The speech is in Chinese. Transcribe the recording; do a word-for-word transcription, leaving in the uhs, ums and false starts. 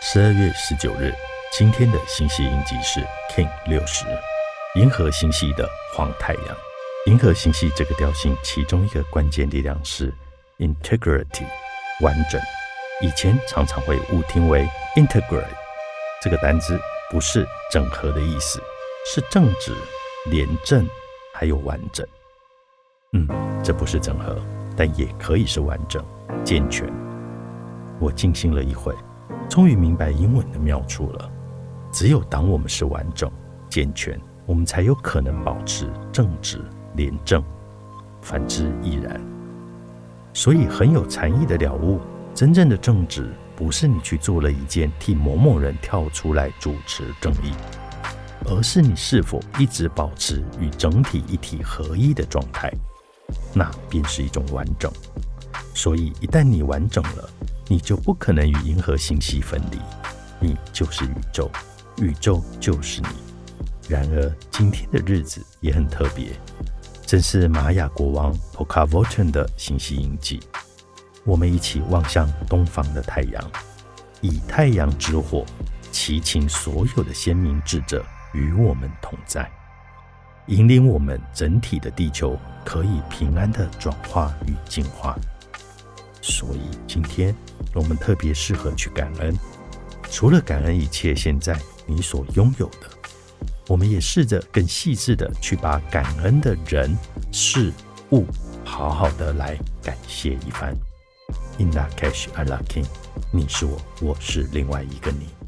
十二月十九日，今天的星系印记是 King 六十，银河星系的黄太阳。银河星系这个调性，其中一个关键力量是 integrity 完整。以前常常会误听为 integrate 这个单字，不是整合的意思，是正直、廉政还有完整。嗯，这不是整合，但也可以是完整、健全。我静心了一会，终于明白英文的妙处了。只有当我们是完整、健全，我们才有可能保持正直、廉政，反之亦然。所以很有禅意的了悟，真正的正直不是你去做了一件替某某人跳出来主持正义，而是你是否一直保持与整体一体合一的状态，那便是一种完整。所以一旦你完整了，你就不可能与银河星系分离，你就是宇宙，宇宙就是你。然而今天的日子也很特别，正是玛雅国王 Pocavotan 的星系印记。我们一起望向东方的太阳，以太阳之火祈请所有的先民智者与我们同在，引领我们整体的地球可以平安的转化与进化。所以今天我们特别适合去感恩，除了感恩一切现在你所拥有的，我们也试着更细致的去把感恩的人事物好好的来感谢一番。In Lak'ech Ala K'in， 你是我，我是另外一个你。